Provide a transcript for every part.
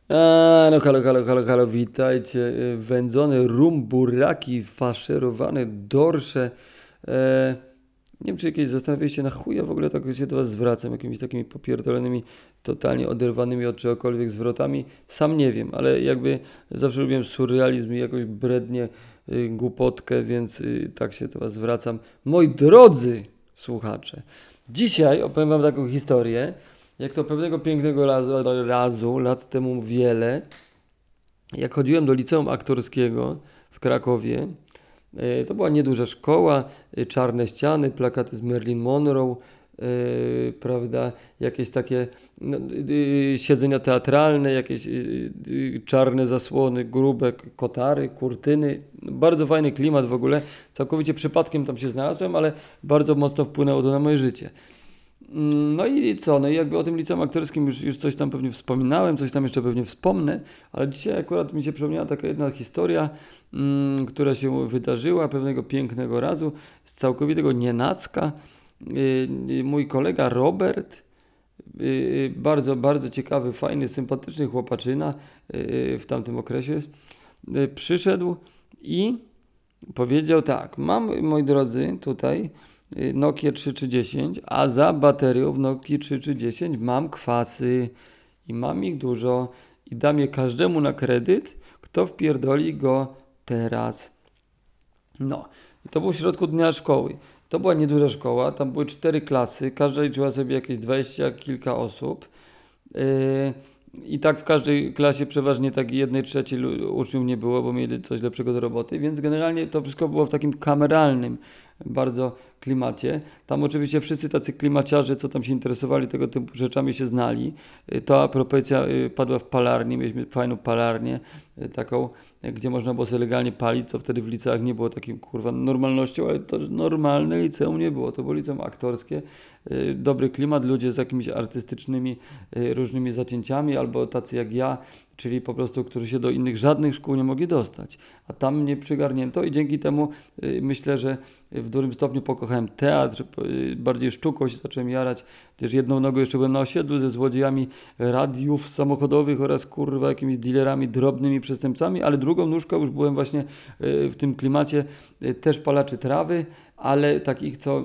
No halo, halo, halo, halo, witajcie. Wędzone rum, buraki, faszerowane dorsze. Nie wiem, czy kiedyś zastanawialiście się, na chuja w ogóle tak się do was zwracam, jakimiś takimi popierdolonymi, totalnie oderwanymi od czegokolwiek zwrotami. Sam nie wiem, ale jakby zawsze lubiłem surrealizm i jakoś brednie, głupotkę, więc tak się do was zwracam. Moi drodzy słuchacze, dzisiaj opowiem wam taką historię, jak to pewnego pięknego razu, lat temu wiele, jak chodziłem do liceum aktorskiego w Krakowie. To była nieduża szkoła, czarne ściany, plakaty z Marilyn Monroe, prawda, jakieś takie no, siedzenia teatralne, jakieś czarne zasłony, grube kotary, kurtyny. Bardzo fajny klimat w ogóle. Całkowicie przypadkiem tam się znalazłem, ale bardzo mocno wpłynęło to na moje życie. No i co? No i jakby o tym liceum aktorskim już coś tam pewnie wspominałem, coś tam jeszcze pewnie wspomnę, ale dzisiaj akurat mi się przypomniała taka jedna historia, która się wydarzyła pewnego pięknego razu z całkowitego nienacka. Mój kolega Robert, bardzo, bardzo ciekawy, fajny, sympatyczny chłopaczyna w tamtym okresie, przyszedł i powiedział tak: mam, moi drodzy, tutaj Nokia 3310, a za baterią w Nokii 3310 mam kwasy i mam ich dużo i dam je każdemu na kredyt, kto wpierdoli go teraz. No, i to było w środku dnia szkoły. To była nieduża szkoła, tam były 4 klasy, każda liczyła sobie jakieś 20 kilka osób. Yy, I tak w każdej klasie przeważnie tak 1/3 uczniów nie było, bo mieli coś lepszego do roboty, więc generalnie to wszystko było w takim kameralnym bardzo klimacie. Tam oczywiście wszyscy tacy klimaciarze, co tam się interesowali tego typu rzeczami, się znali. Ta propozycja padła w palarni, mieliśmy fajną palarnię taką, gdzie można było sobie legalnie palić, co wtedy w liceach nie było takim kurwa normalnością, ale to normalne liceum nie było. To było liceum aktorskie, dobry klimat, ludzie z jakimiś artystycznymi różnymi zacięciami, albo tacy jak ja, czyli po prostu, którzy się do innych żadnych szkół nie mogli dostać. A tam mnie przygarnięto i dzięki temu myślę, że w dużym stopniu pokochałem teatr, bardziej sztuką się zacząłem jarać. Też jedną nogą jeszcze byłem na osiedlu ze złodziejami radiów samochodowych oraz kurwa jakimiś dealerami, drobnymi przestępcami, ale drugą nóżką już byłem właśnie w tym klimacie też palaczy trawy, ale takich co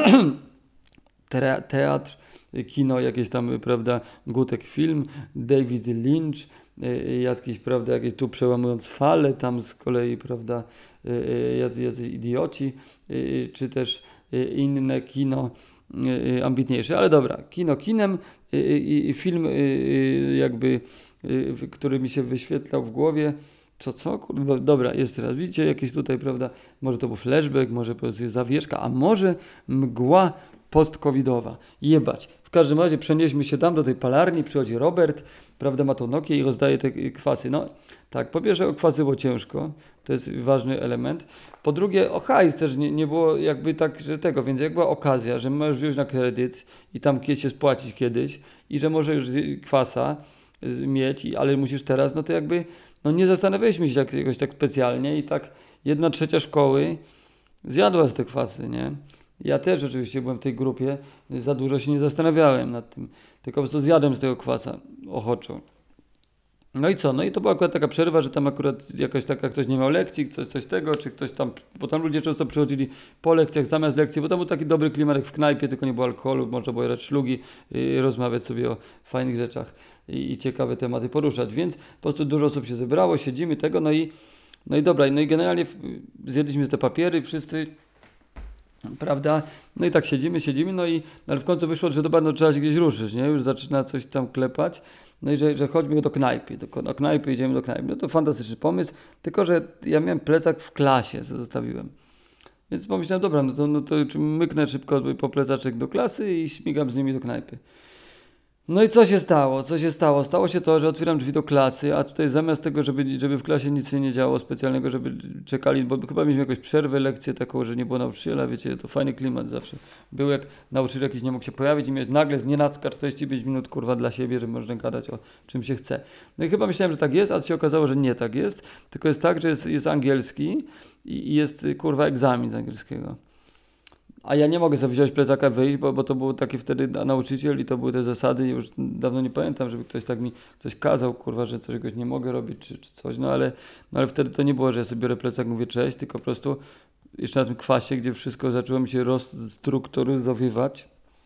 teatr, kino, jakieś tam, prawda, Gutek Film, David Lynch, jakiś, prawda, jakieś tu przełamując fale, tam z kolei, prawda, jacyś idioci, czy też inne kino ambitniejsze, ale dobra, kino kinem i film jakby, który mi się wyświetlał w głowie. Co? Kurwa, dobra, jeszcze raz. Widzicie, jakieś tutaj, prawda, może to był flashback, może to jest zawieszka, a może mgła post-covidowa. Jebać. W każdym razie przenieśmy się tam do tej palarni, przychodzi Robert, prawda, ma tą Nokię i rozdaje te kwasy. No tak, po pierwsze o kwasy było ciężko, to jest ważny element. Po drugie o hajs też nie było jakby tak, że tego, więc jak była okazja, że możesz wziąć na kredyt i tam kiedyś się spłacić kiedyś i że może już kwasa mieć, ale musisz teraz, no to jakby no nie zastanawialiśmy się jakoś tak specjalnie i tak 1/3 szkoły zjadła z te kwasy, nie? Ja też oczywiście byłem w tej grupie, za dużo się nie zastanawiałem nad tym, tylko po prostu zjadłem z tego kwasa ochoczo. No i co? No i to była akurat taka przerwa, że tam akurat jakaś taka, ktoś nie miał lekcji, coś tego, czy ktoś tam, bo tam ludzie często przychodzili po lekcjach zamiast lekcji, bo tam był taki dobry klimat jak w knajpie, tylko nie było alkoholu, można było jadać szlugi, rozmawiać sobie o fajnych rzeczach i ciekawe tematy poruszać, więc po prostu dużo osób się zebrało, siedzimy tego, no i dobra, no i generalnie zjedliśmy te papiery, wszyscy, prawda? No i tak siedzimy, no ale w końcu wyszło, że dobra, no trzeba się gdzieś ruszyć, nie? Już zaczyna coś tam klepać. No i że chodźmy do knajpy, do knajpy, idziemy do knajpy. No to fantastyczny pomysł, tylko że ja miałem plecak w klasie, co zostawiłem. Więc pomyślałem, dobra, no to myknę szybko po plecaczek do klasy i śmigam z nimi do knajpy. No i co się stało? Co się stało? Stało się to, że otwieram drzwi do klasy, a tutaj zamiast tego, żeby w klasie nic się nie działo specjalnego, żeby czekali, bo chyba mieliśmy jakąś przerwę, lekcję taką, że nie było nauczyciela, wiecie, to fajny klimat zawsze. Był jak nauczyciel jakiś nie mógł się pojawić i mieć nagle z nienacka 45 minut kurwa dla siebie, że można gadać o czym się chce. No i chyba myślałem, że tak jest, a się okazało, że nie tak jest, tylko jest tak, że jest angielski i jest kurwa egzamin z angielskiego. A ja nie mogę sobie wziąć plecaka, wyjść, bo to był taki wtedy nauczyciel i to były te zasady. Już dawno nie pamiętam, żeby ktoś tak mi coś kazał, kurwa, że czegoś nie mogę robić czy coś. No ale wtedy to nie było, że ja sobie biorę plecak, mówię cześć, tylko po prostu jeszcze na tym kwasie, gdzie wszystko zaczęło mi się rozstrukturyzowywać,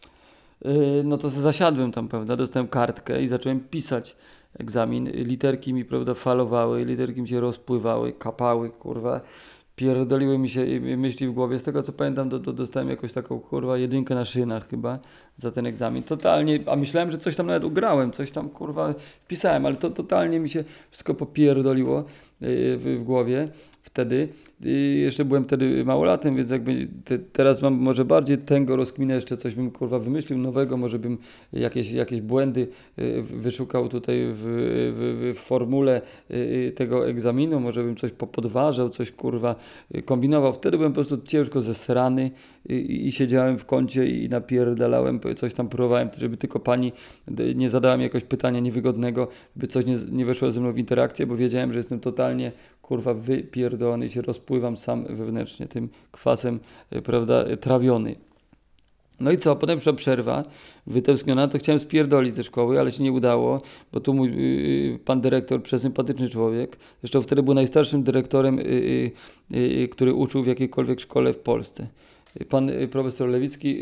no to zasiadłem tam, prawda, dostałem kartkę i zacząłem pisać egzamin. Literki mi, prawda, falowały, literki mi się rozpływały, kapały, kurwa. Pierdoliły mi się myśli w głowie. Z tego co pamiętam, to dostałem jakąś taką, kurwa, jedynkę na szynach chyba za ten egzamin. Totalnie, a myślałem, że coś tam nawet ugrałem, coś tam, kurwa, wpisałem, ale to totalnie mi się wszystko popierdoliło w głowie wtedy. Jeszcze byłem wtedy małolatem, więc jakby teraz mam może bardziej tęgo rozkminę, jeszcze coś bym, kurwa, wymyślił nowego, może bym jakieś błędy wyszukał tutaj w formule tego egzaminu, może bym coś popodważał, coś, kurwa, kombinował. Wtedy byłem po prostu ciężko zesrany i siedziałem w kącie i napierdalałem, coś tam próbowałem, żeby tylko pani nie zadała mi jakiegoś pytania niewygodnego, by coś nie weszło ze mną w interakcję, bo wiedziałem, że jestem totalnie, kurwa, wypierdolony i się rozpływam sam wewnętrznie tym kwasem, prawda, trawiony. No i co? Potem przyszła przerwa wytęskniona, to chciałem spierdolić ze szkoły, ale się nie udało, bo tu mój pan dyrektor, przesympatyczny człowiek, zresztą wtedy był najstarszym dyrektorem, który uczył w jakiejkolwiek szkole w Polsce. Pan profesor Lewicki,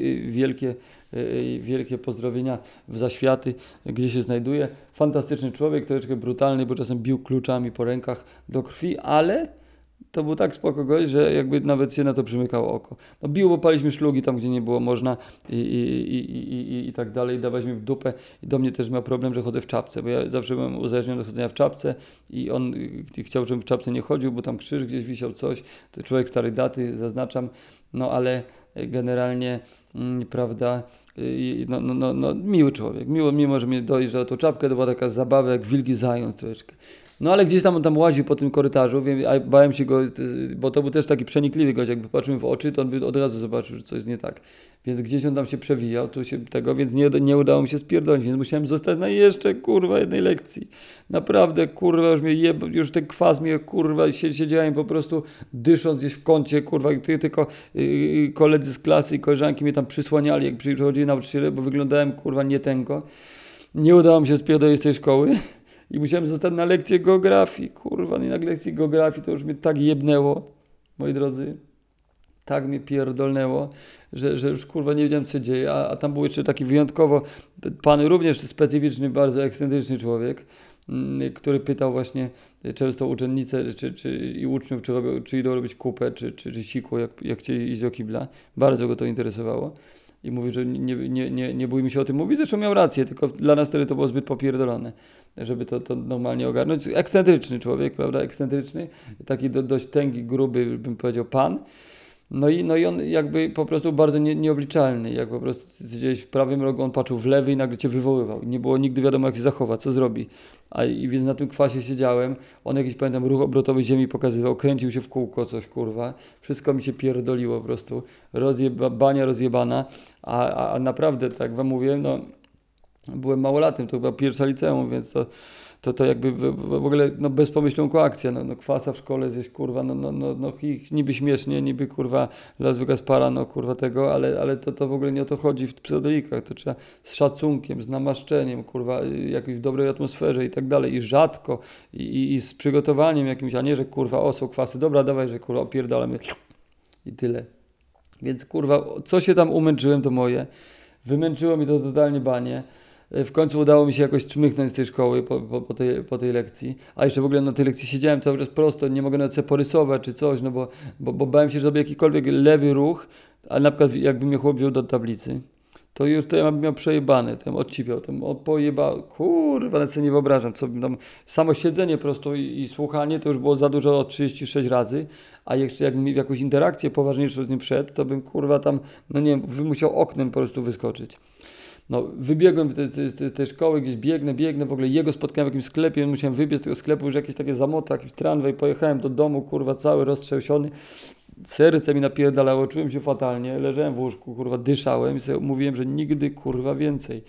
wielkie pozdrowienia w zaświaty, gdzie się znajduje. Fantastyczny człowiek, troszeczkę brutalny, bo czasem bił kluczami po rękach do krwi, ale to był tak spoko gość, że jakby nawet się na to przymykało oko. No bił, bo paliśmy szlugi tam, gdzie nie było można i tak dalej, dawaliśmy w dupę i do mnie też miał problem, że chodzę w czapce, bo ja zawsze byłem uzależniony do chodzenia w czapce i on chciał, żebym w czapce nie chodził, bo tam krzyż gdzieś wisiał, coś, to człowiek starej daty, zaznaczam, no ale generalnie, prawda, no, miły człowiek, mimo że mnie dojrzał o tą czapkę, to była taka zabawa jak wilki zając troszeczkę. No ale gdzieś tam on tam łaził po tym korytarzu, a bałem się go, bo to był też taki przenikliwy gość, jakby patrzył w oczy, to on by od razu zobaczył, że coś jest nie tak. Więc gdzieś on tam się przewijał, tu się tego, więc nie udało mi się spierdolić, więc musiałem zostać na jeszcze, kurwa, jednej lekcji. Naprawdę, kurwa, już ten kwas mnie, kurwa, siedziałem po prostu dysząc gdzieś w kącie, kurwa, i tylko koledzy z klasy i koleżanki mnie tam przysłaniali, jak przychodzili nauczyciele, bo wyglądałem, kurwa, nie tęgo. Nie udało mi się spierdolić z tej szkoły. I musiałem zostać na lekcję geografii, kurwa, no i na lekcji geografii to już mnie tak jebnęło, moi drodzy, tak mnie pierdolnęło, że już, kurwa, nie wiedziałem, co się dzieje, a tam był jeszcze taki wyjątkowo, pan również specyficzny, bardzo ekscentryczny człowiek, który pytał właśnie często uczennice i uczniów, czy idą robić kupę, czy sikło, jak chcieli iść do kibla. Bardzo go to interesowało. I mówi, że nie bójmy się o tym mówić. Zresztą miał rację, tylko dla nas wtedy to było zbyt popierdolone, żeby to normalnie ogarnąć. Ekscentryczny człowiek, prawda? Ekscentryczny. Taki dość tęgi, gruby, bym powiedział, pan. No i on jakby po prostu bardzo nieobliczalny. Jak po prostu gdzieś w prawym rogu on patrzył w lewy i nagle cię wywoływał. Nie było nigdy wiadomo, jak się zachowa, co zrobi. I więc na tym kwasie siedziałem. On jakiś, pamiętam, ruch obrotowy ziemi pokazywał. Kręcił się w kółko coś, kurwa. Wszystko mi się pierdoliło po prostu. Bania rozjebana. A naprawdę, tak jak wam mówię, no byłem małolatem, to chyba pierwsza liceum, więc to jakby w ogóle no bezpomyślną akcja, no kwasa w szkole gdzieś, kurwa, niby śmiesznie, niby, kurwa, Las Vegas para, no kurwa tego, ale to w ogóle nie o to chodzi w pseudoikach, to trzeba z szacunkiem, z namaszczeniem, kurwa, jakiejś w dobrej atmosferze i tak dalej, i rzadko, i z przygotowaniem jakimś, a nie, że kurwa, są kwasy, dobra, dawaj, że kurwa, opierdalamy i tyle. Więc kurwa, co się tam umęczyłem, to moje, wymęczyło mi to totalnie banie. W końcu udało mi się jakoś czmychnąć z tej szkoły po tej lekcji. A jeszcze w ogóle na tej lekcji siedziałem cały czas prosto, nie mogę nawet sobie porysować czy coś, no bo bałem się, że zrobię jakikolwiek lewy ruch, a na przykład jakby mnie chłop wziął do tablicy, to już to ja bym miał przejebany, to bym odcipiał, to bym pojebał, kurwa, nawet sobie nie wyobrażam, co bym tam, samo siedzenie prosto i słuchanie to już było za dużo o 36 razy, a jeszcze jakbym w jakąś interakcję poważniejszą z nim wszedł, to bym, kurwa, tam, no nie wiem, musiał oknem po prostu wyskoczyć. No, wybiegłem z tej szkoły, gdzieś biegnę, w ogóle jego spotkałem w jakimś sklepie, musiałem wybiec z tego sklepu, już jakieś takie zamoty, jakiś tramwaj, pojechałem do domu, kurwa, cały roztrzęsiony, serce mi napierdalało, czułem się fatalnie, leżałem w łóżku, kurwa, dyszałem i sobie mówiłem, że nigdy, kurwa, więcej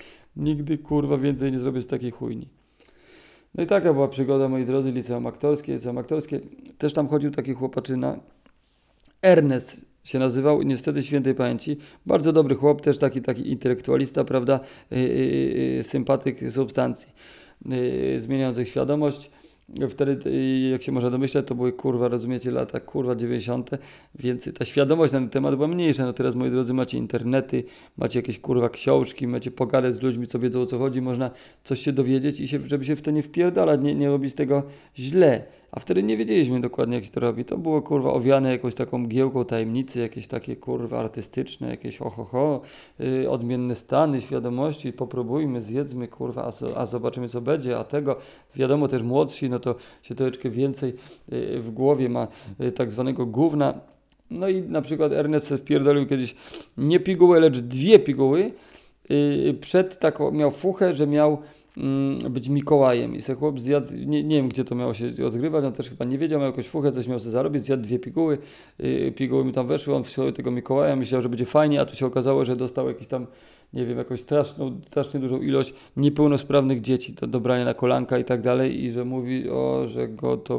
nie zrobię z takiej chujni. No i taka była przygoda, moi drodzy, liceum aktorskie, też tam chodził taki chłopaczyna, Ernest, się nazywał, niestety świętej pamięci. Bardzo dobry chłop, też taki intelektualista, prawda, sympatyk substancji zmieniających świadomość. Wtedy, jak się można domyślać, to były kurwa, rozumiecie, lata kurwa 90., więc ta świadomość na ten temat była mniejsza. No teraz, moi drodzy, macie internety, macie jakieś kurwa książki, macie pogadać z ludźmi, co wiedzą, o co chodzi, można coś się dowiedzieć i żeby się w to nie wpierdalać, nie robić tego źle. A wtedy nie wiedzieliśmy dokładnie, jak się to robi. To było kurwa owiane jakąś taką mgiełką tajemnicy, jakieś takie kurwa artystyczne, jakieś odmienne stany świadomości, popróbujmy, zjedzmy kurwa, a zobaczymy, co będzie, a tego wiadomo, też młodsi, no to się troszeczkę więcej w głowie ma tak zwanego gówna. No i na przykład Ernest se wpierdolił kiedyś nie pigułę, lecz 2 piguły. Przed taką miał fuchę, że miał być Mikołajem i se chłop zjadł, nie wiem gdzie to miało się odgrywać, on też chyba nie wiedział, miał jakąś fuchę, coś miał sobie zarobić, zjadł 2 piguły, piguły mi tam weszły, on wziął tego Mikołaja, myślał, że będzie fajnie, a tu się okazało, że dostał jakiś tam, nie wiem, jakąś strasznie dużą ilość niepełnosprawnych dzieci do dobrania na kolanka i tak dalej i że mówi, że go to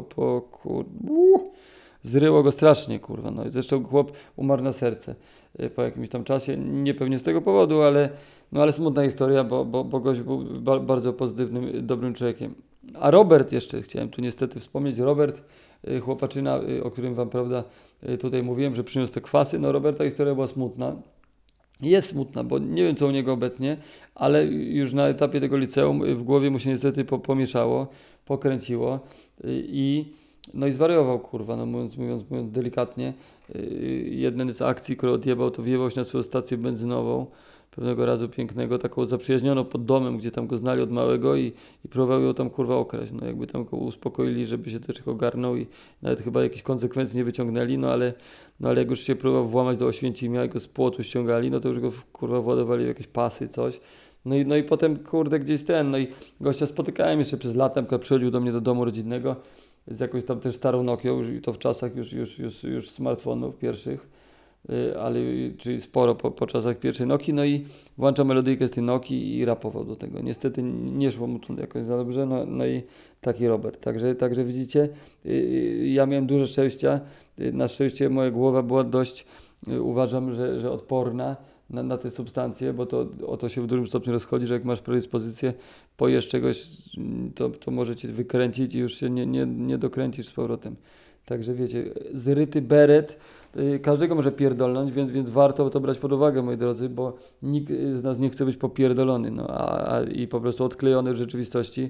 zryło go strasznie, kurwa, no i zresztą chłop umarł na serce po jakimś tam czasie, nie pewnie z tego powodu, ale smutna historia, bo gość był bardzo pozytywnym, dobrym człowiekiem. A Robert jeszcze chciałem tu niestety wspomnieć, Robert, chłopaczyna, o którym wam, prawda, tutaj mówiłem, że przyniósł te kwasy, no Roberta historia była smutna. Jest smutna, bo nie wiem co u niego obecnie, ale już na etapie tego liceum w głowie mu się niestety pomieszało, pokręciło no i zwariował, kurwa, no mówiąc delikatnie. Jeden z akcji, które odjebał, to wjebał się na swoją stację benzynową pewnego razu pięknego, taką zaprzyjaźnioną pod domem, gdzie tam go znali od małego i próbował ją tam kurwa okraść. No jakby tam go uspokoili, żeby się też ogarnął i nawet chyba jakieś konsekwencje nie wyciągnęli, no ale jak już się próbował włamać do Oświęcimia i go z płotu ściągali, no to już go kurwa władowali w jakieś pasy, coś. No i potem kurde gdzieś no i gościa spotykałem jeszcze przez latem, kiedy przychodził do mnie do domu rodzinnego z jakąś tam też starą Nokią, już, i to w czasach już smartfonów pierwszych, ale czyli sporo po czasach pierwszej Nokii, no i włącza melodyjkę z tej Nokii i rapował do tego. Niestety nie szło mu to jakoś za dobrze, no i taki Robert. Także widzicie, ja miałem dużo szczęścia, na szczęście moja głowa była dość, uważam, że odporna na te substancje, bo to o to się w dużym stopniu rozchodzi, że jak masz predyspozycję, pojesz czegoś, to może cię wykręcić i już się nie dokręcisz z powrotem. Także wiecie, zryty beret każdego może pierdolnąć, więc warto to brać pod uwagę, moi drodzy, bo nikt z nas nie chce być popierdolony, no, i po prostu odklejony w rzeczywistości.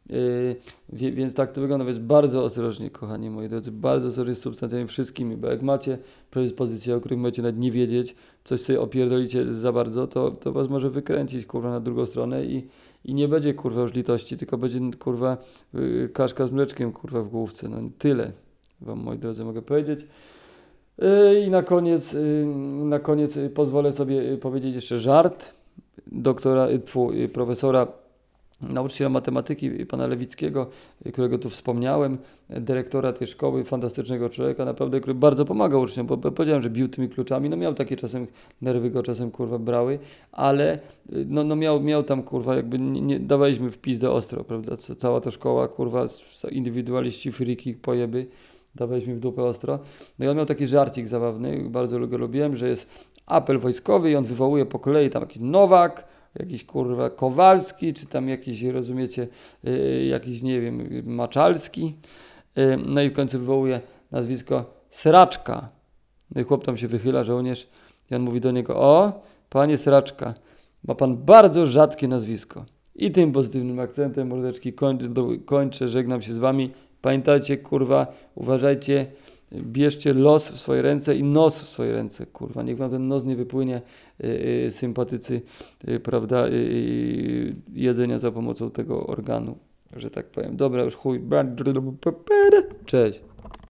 Więc tak to wygląda, więc bardzo ostrożnie, kochani moi drodzy, bardzo ostrożnie z substancjami wszystkimi, bo jak macie predyspozycje, o których możecie nawet nie wiedzieć, coś sobie opierdolicie za bardzo, to was może wykręcić, kurwa, na drugą stronę i nie będzie, kurwa, już litości, tylko będzie, kurwa, kaszka z mleczkiem, kurwa, w główce, no tyle wam, moi drodzy, mogę powiedzieć. I na koniec pozwolę sobie powiedzieć jeszcze żart profesora, nauczyciela matematyki, pana Lewickiego, którego tu wspomniałem, dyrektora tej szkoły, fantastycznego człowieka, naprawdę, który bardzo pomagał uczniom, bo powiedziałem, że bił tymi kluczami, no miał takie czasem, nerwy go czasem, kurwa, brały, ale no miał tam, kurwa, jakby nie dawaliśmy w pizdę ostro, prawda, cała ta szkoła, kurwa, indywidualiści, friki, pojeby, dawaliśmy w dupę ostro. No i on miał taki żarcik zabawny, bardzo go lubiłem, że jest apel wojskowy i on wywołuje po kolei tam jakiś Nowak, jakiś kurwa Kowalski, czy tam jakiś, rozumiecie, jakiś, nie wiem, Maczalski. No i w końcu wywołuje nazwisko Sraczka. No i chłop tam się wychyla, żołnierz, i on mówi do niego: o, panie Sraczka, ma pan bardzo rzadkie nazwisko. I tym pozytywnym akcentem, mordeczki, kończę, żegnam się z wami. Pamiętajcie, kurwa, uważajcie, bierzcie los w swoje ręce i nos w swoje ręce, kurwa. Niech wam ten nos nie wypłynie, sympatycy, prawda, jedzenia za pomocą tego organu, że tak powiem. Dobra, już chuj. Cześć.